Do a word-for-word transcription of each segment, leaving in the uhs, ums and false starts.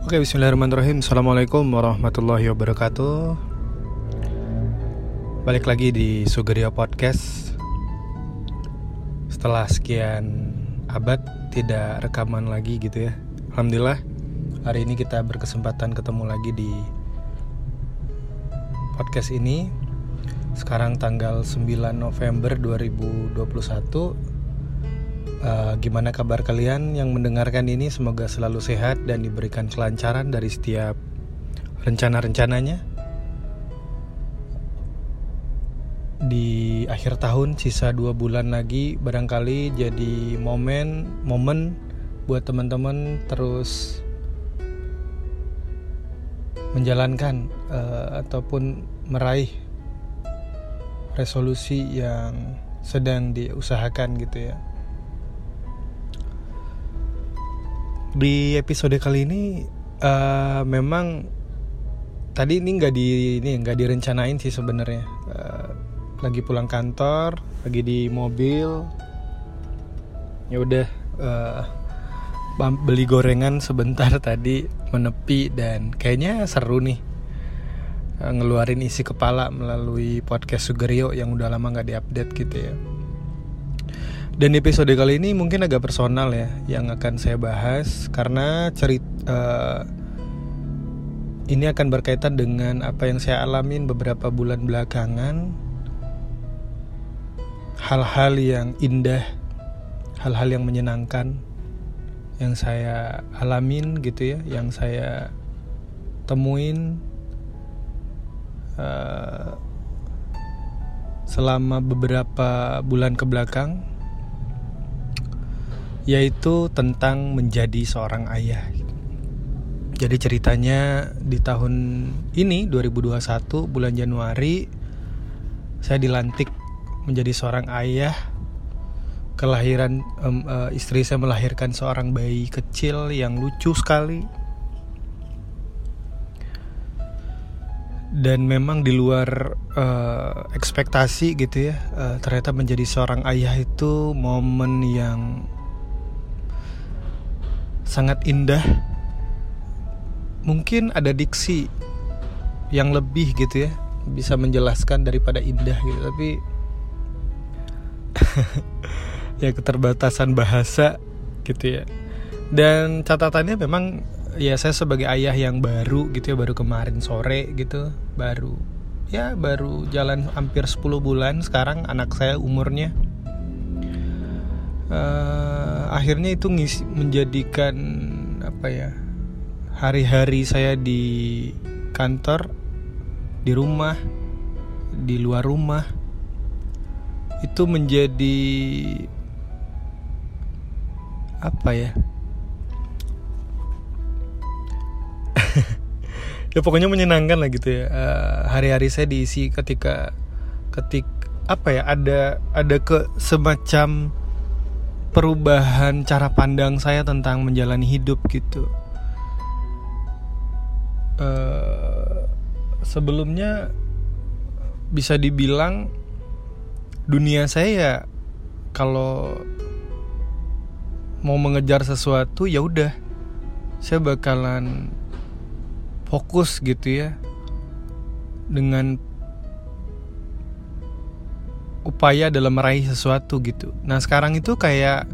Oke, bismillahirrahmanirrahim. Assalamualaikum warahmatullahi wabarakatuh. Balik lagi di Sugerio Podcast. Setelah sekian abad tidak rekaman lagi gitu ya. Alhamdulillah hari ini kita berkesempatan ketemu lagi di podcast ini. Sekarang tanggal sembilan November dua ribu dua puluh satu. Uh, gimana kabar kalian yang mendengarkan ini? Semoga selalu sehat dan diberikan kelancaran dari setiap rencana-rencananya. Di akhir tahun sisa dua bulan lagi, barangkali jadi momen momen buat teman-teman terus menjalankan uh, ataupun meraih resolusi yang sedang diusahakan gitu ya. Di episode kali ini uh, memang tadi ini nggak di ini nggak direncanain sih sebenarnya. Uh, lagi pulang kantor, lagi di mobil, ya udah uh, beli gorengan sebentar tadi, menepi dan kayaknya seru nih uh, ngeluarin isi kepala melalui podcast Sugerio yang udah lama nggak diupdate gitu ya. Dan episode kali ini mungkin agak personal ya yang akan saya bahas karena cerita uh, ini akan berkaitan dengan apa yang saya alamin beberapa bulan belakangan. Hal-hal yang indah, hal-hal yang menyenangkan yang saya alamin gitu ya, yang saya temuin uh, selama beberapa bulan kebelakang, yaitu tentang menjadi seorang ayah. Jadi ceritanya di tahun ini dua ribu dua puluh satu bulan Januari saya dilantik menjadi seorang ayah. Kelahiran um, uh, istri saya melahirkan seorang bayi kecil yang lucu sekali. Dan memang di luar uh, ekspektasi gitu ya. Uh, ternyata menjadi seorang ayah itu momen yang sangat indah. Mungkin ada diksi yang lebih gitu ya, bisa menjelaskan daripada indah gitu. Tapi ya keterbatasan bahasa gitu ya. Dan catatannya memang ya saya sebagai ayah yang baru gitu ya, baru kemarin sore gitu, baru ya baru jalan hampir sepuluh bulan sekarang anak saya umurnya. Uh, akhirnya itu ngisi, menjadikan apa ya, hari-hari saya di kantor, di rumah, di luar rumah itu menjadi apa ya ya pokoknya menyenangkan lah gitu ya. Uh, hari-hari saya diisi ketika ketik apa ya ada ada ke semacam perubahan cara pandang saya tentang menjalani hidup gitu. Uh, sebelumnya bisa dibilang dunia saya ya kalau mau mengejar sesuatu ya udah saya bakalan fokus gitu ya dengan upaya dalam meraih sesuatu gitu. Nah sekarang itu kayak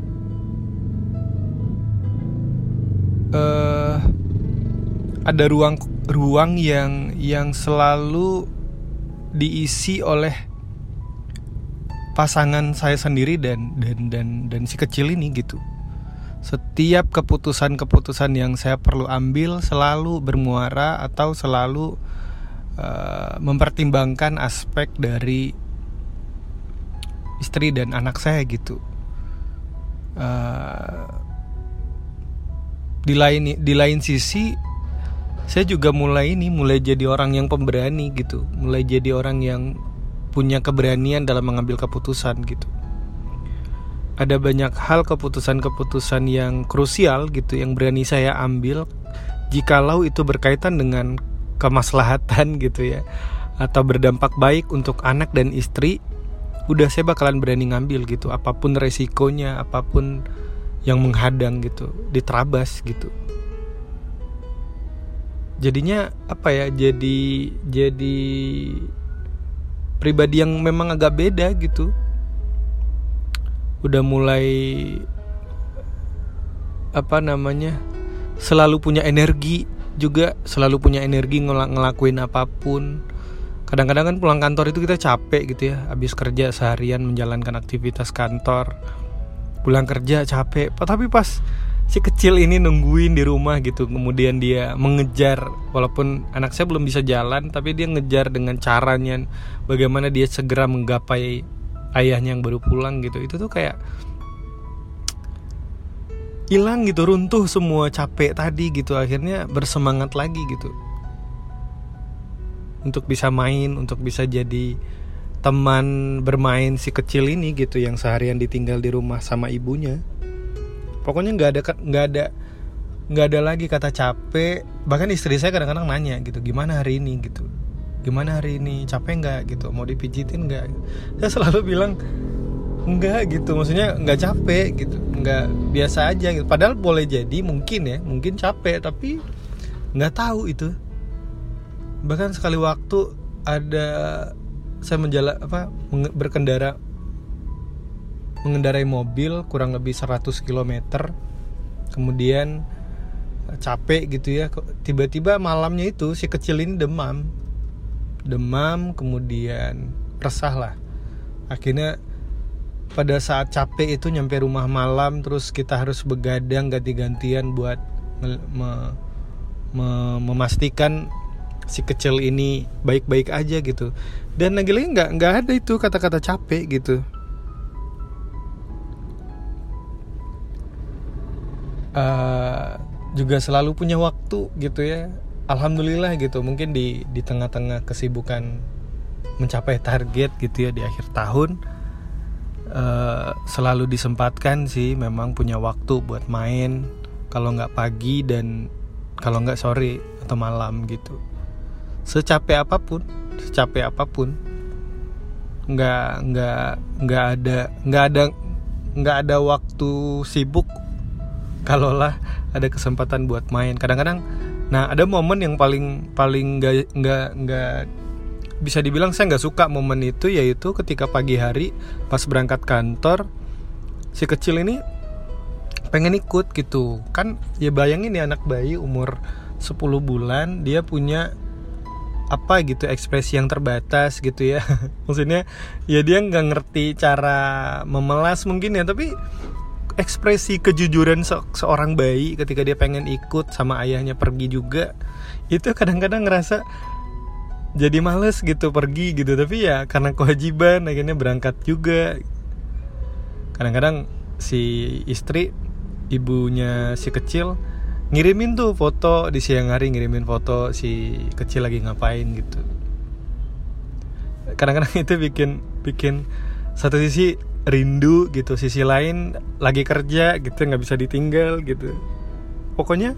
uh, ada ruang ruang yang yang selalu diisi oleh pasangan saya sendiri dan dan dan dan si kecil ini gitu. Setiap keputusan-keputusan yang saya perlu ambil selalu bermuara atau selalu uh, mempertimbangkan aspek dari istri dan anak saya gitu. Uh, di lain di lain sisi, saya juga mulai ini mulai jadi orang yang pemberani gitu, mulai jadi orang yang punya keberanian dalam mengambil keputusan gitu. Ada banyak hal keputusan-keputusan yang krusial gitu yang berani saya ambil jikalau itu berkaitan dengan kemaslahatan gitu ya, atau berdampak baik untuk anak dan istri. Udah saya bakalan berani ngambil gitu, apapun resikonya, apapun yang menghadang gitu, diterabas gitu. jadinya apa ya, jadi jadi pribadi yang memang agak beda gitu. Udah mulai apa namanya, selalu punya energi juga, selalu punya energi ngel- ngelakuin apapun. Kadang-kadang kan pulang kantor itu kita capek gitu ya, habis kerja seharian menjalankan aktivitas kantor, pulang kerja capek, tapi pas si kecil ini nungguin di rumah gitu, kemudian dia mengejar, walaupun anak saya belum bisa jalan, tapi dia ngejar dengan caranya bagaimana dia segera menggapai ayahnya yang baru pulang gitu. Itu tuh kayak hilang gitu, runtuh semua capek tadi gitu, akhirnya bersemangat lagi gitu untuk bisa main, untuk bisa jadi teman bermain si kecil ini gitu, yang seharian ditinggal di rumah sama ibunya. Pokoknya nggak ada nggak ada nggak ada lagi kata capek. Bahkan istri saya kadang-kadang nanya gitu, gimana hari ini gitu, gimana hari ini, capek nggak gitu, mau dipijitin nggak. Saya selalu bilang enggak gitu, maksudnya nggak capek gitu, nggak, biasa aja gitu. Padahal boleh jadi mungkin ya, mungkin capek, tapi nggak tahu itu. Bahkan sekali waktu ada saya menjala apa berkendara mengendarai mobil kurang lebih seratus kilometer, kemudian capek gitu ya, tiba-tiba malamnya itu si kecil ini demam demam kemudian resah lah. Akhirnya pada saat capek itu nyampe rumah malam, terus kita harus begadang ganti-gantian buat me, me, me, memastikan si kecil ini baik-baik aja gitu. Dan lagi-lagi nggak nggak ada itu kata-kata capek gitu. Uh, juga selalu punya waktu gitu ya, alhamdulillah gitu. Mungkin di di tengah-tengah kesibukan mencapai target gitu ya di akhir tahun, Uh, selalu disempatkan sih memang punya waktu buat main, kalau nggak pagi dan kalau nggak sore atau malam gitu. Secapek apapun, secapek apapun, nggak nggak nggak ada nggak ada nggak ada waktu sibuk kalaulah ada kesempatan buat main. Kadang-kadang, nah ada momen yang paling paling nggak nggak nggak bisa dibilang saya nggak suka momen itu, yaitu ketika pagi hari pas berangkat kantor, si kecil ini pengen ikut gitu kan. Ya bayangin ya, anak bayi umur sepuluh bulan, dia punya apa gitu, ekspresi yang terbatas gitu ya. Maksudnya ya dia nggak ngerti cara memelas mungkin ya, tapi ekspresi kejujuran se- seorang bayi ketika dia pengen ikut sama ayahnya pergi juga, itu kadang-kadang ngerasa jadi males gitu pergi gitu, tapi ya karena kewajiban akhirnya berangkat juga. Kadang-kadang si istri, ibunya si kecil, ngirimin tuh foto di siang hari, ngirimin foto si kecil lagi ngapain gitu. Kadang-kadang itu bikin bikin satu sisi rindu gitu, sisi lain lagi kerja gitu, nggak bisa ditinggal gitu. Pokoknya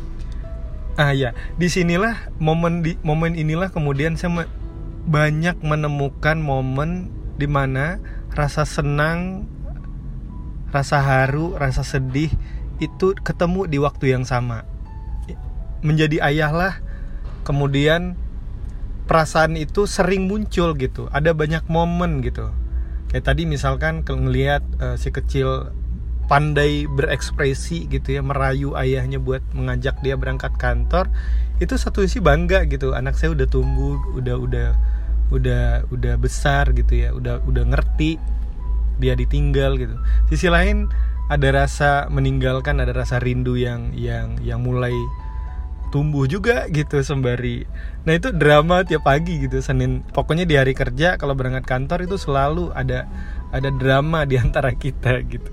ah ya, disinilah momen di momen inilah kemudian saya me, banyak menemukan momen di mana rasa senang, rasa haru, rasa sedih itu ketemu di waktu yang sama. Menjadi ayah lah, kemudian perasaan itu sering muncul gitu. Ada banyak momen gitu. Kayak tadi misalkan ngelihat uh, si kecil pandai berekspresi gitu ya, merayu ayahnya buat mengajak dia berangkat kantor, itu satu sisi bangga gitu, anak saya udah tumbuh, udah udah udah udah besar gitu ya, udah udah ngerti dia ditinggal gitu. Sisi lain ada rasa meninggalkan, ada rasa rindu yang yang yang mulai tumbuh juga gitu sembari. Nah itu drama tiap pagi gitu, Senin pokoknya di hari kerja kalau berangkat kantor itu selalu ada ada drama di antara kita gitu.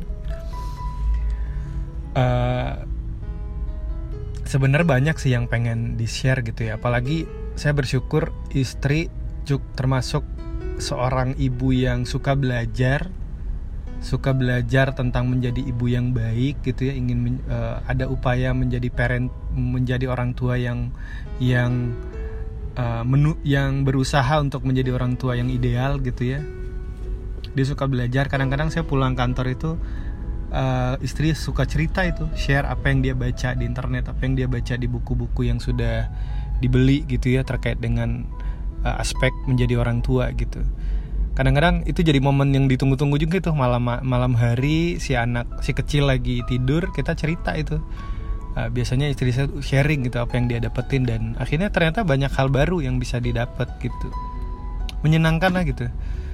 Uh, sebenarnya banyak sih yang pengen di-share gitu ya. Apalagi saya bersyukur istri juga termasuk seorang ibu yang suka belajar, suka belajar tentang menjadi ibu yang baik gitu ya. Ingin men, uh, ada upaya menjadi parent, menjadi orang tua yang yang uh, menu, yang berusaha untuk menjadi orang tua yang ideal gitu ya. Dia suka belajar. Kadang-kadang saya pulang kantor itu uh, istri suka cerita itu, share apa yang dia baca di internet, apa yang dia baca di buku-buku yang sudah dibeli gitu ya, terkait dengan uh, aspek menjadi orang tua gitu. Kadang-kadang itu jadi momen yang ditunggu-tunggu juga tuh, malam malam hari si anak si kecil lagi tidur, kita cerita itu. Uh, biasanya istri saya sharing gitu apa yang dia dapetin, dan akhirnya ternyata banyak hal baru yang bisa didapat gitu. Menyenangkan lah gitu.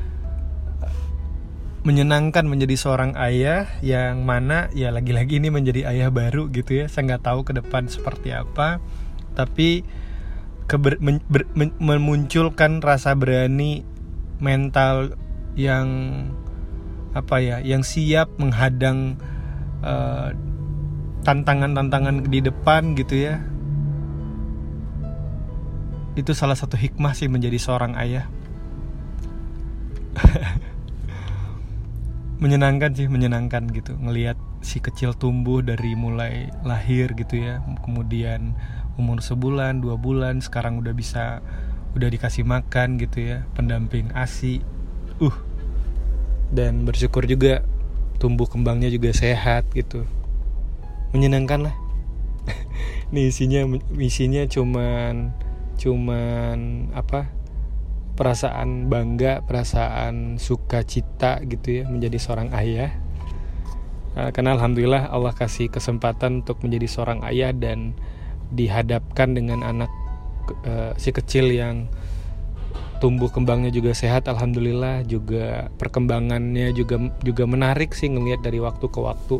Menyenangkan menjadi seorang ayah yang mana ya lagi-lagi ini menjadi ayah baru gitu ya. Saya nggak tahu ke depan seperti apa, tapi keber, men, ber, men, memunculkan rasa berani mental yang apa ya, yang siap menghadang uh, tantangan-tantangan di depan gitu ya. Itu salah satu hikmah sih menjadi seorang ayah. Menyenangkan sih, menyenangkan gitu ngelihat si kecil tumbuh dari mulai lahir gitu ya, kemudian umur sebulan, dua bulan, sekarang udah bisa, udah dikasih makan gitu ya, pendamping A S I, uh, dan bersyukur juga tumbuh kembangnya juga sehat gitu, menyenangkan lah. Nih isinya, isinya cuman, cuman apa? Perasaan bangga, perasaan sukacita gitu ya menjadi seorang ayah. Karena alhamdulillah Allah kasih kesempatan untuk menjadi seorang ayah dan dihadapkan dengan anak uh, si kecil yang tumbuh kembangnya juga sehat, alhamdulillah, juga perkembangannya juga juga menarik sih ngelihat dari waktu ke waktu.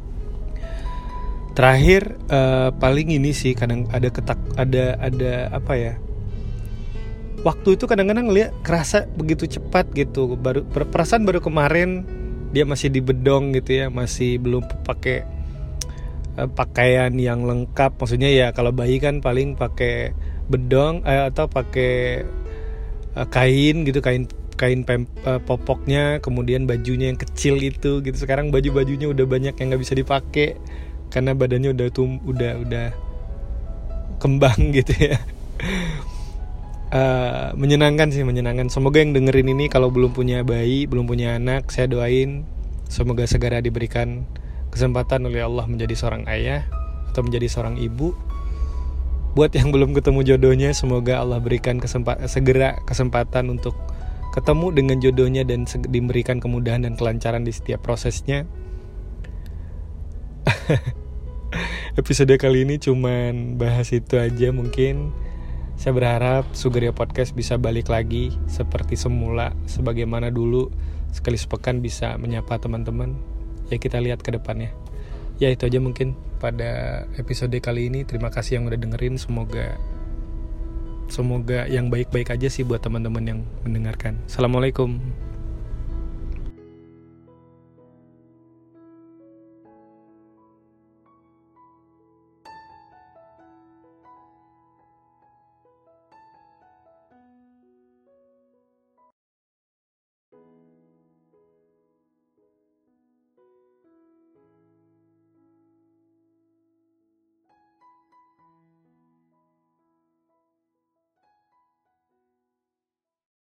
Terakhir uh, paling ini sih kadang ada ketak ada ada apa ya? Waktu itu kadang-kadang ngeliat kerasa begitu cepat gitu. Baru perasaan baru kemarin dia masih di bedong gitu ya, masih belum pakai uh, pakaian yang lengkap. Maksudnya ya kalau bayi kan paling pakai bedong eh, atau pakai uh, kain gitu, kain kain pem, uh, popoknya, kemudian bajunya yang kecil itu gitu. Sekarang baju-bajunya udah banyak yang nggak bisa dipakai karena badannya udah tum udah udah kembang gitu ya. Uh, menyenangkan sih, menyenangkan. Semoga yang dengerin ini kalau belum punya bayi, belum punya anak, saya doain semoga segera diberikan kesempatan oleh Allah menjadi seorang ayah atau menjadi seorang ibu. Buat yang belum ketemu jodohnya, semoga Allah berikan kesempatan, segera kesempatan untuk ketemu dengan jodohnya dan seg- diberikan kemudahan dan kelancaran di setiap prosesnya. Episode kali ini cuman bahas itu aja mungkin. Saya berharap Sugeria Podcast bisa balik lagi seperti semula, sebagaimana dulu, sekali sepekan bisa menyapa teman-teman. Ya kita lihat ke depannya. Ya itu aja mungkin pada episode kali ini. Terima kasih yang udah dengerin. Semoga Semoga yang baik-baik aja sih buat teman-teman yang mendengarkan. Assalamualaikum.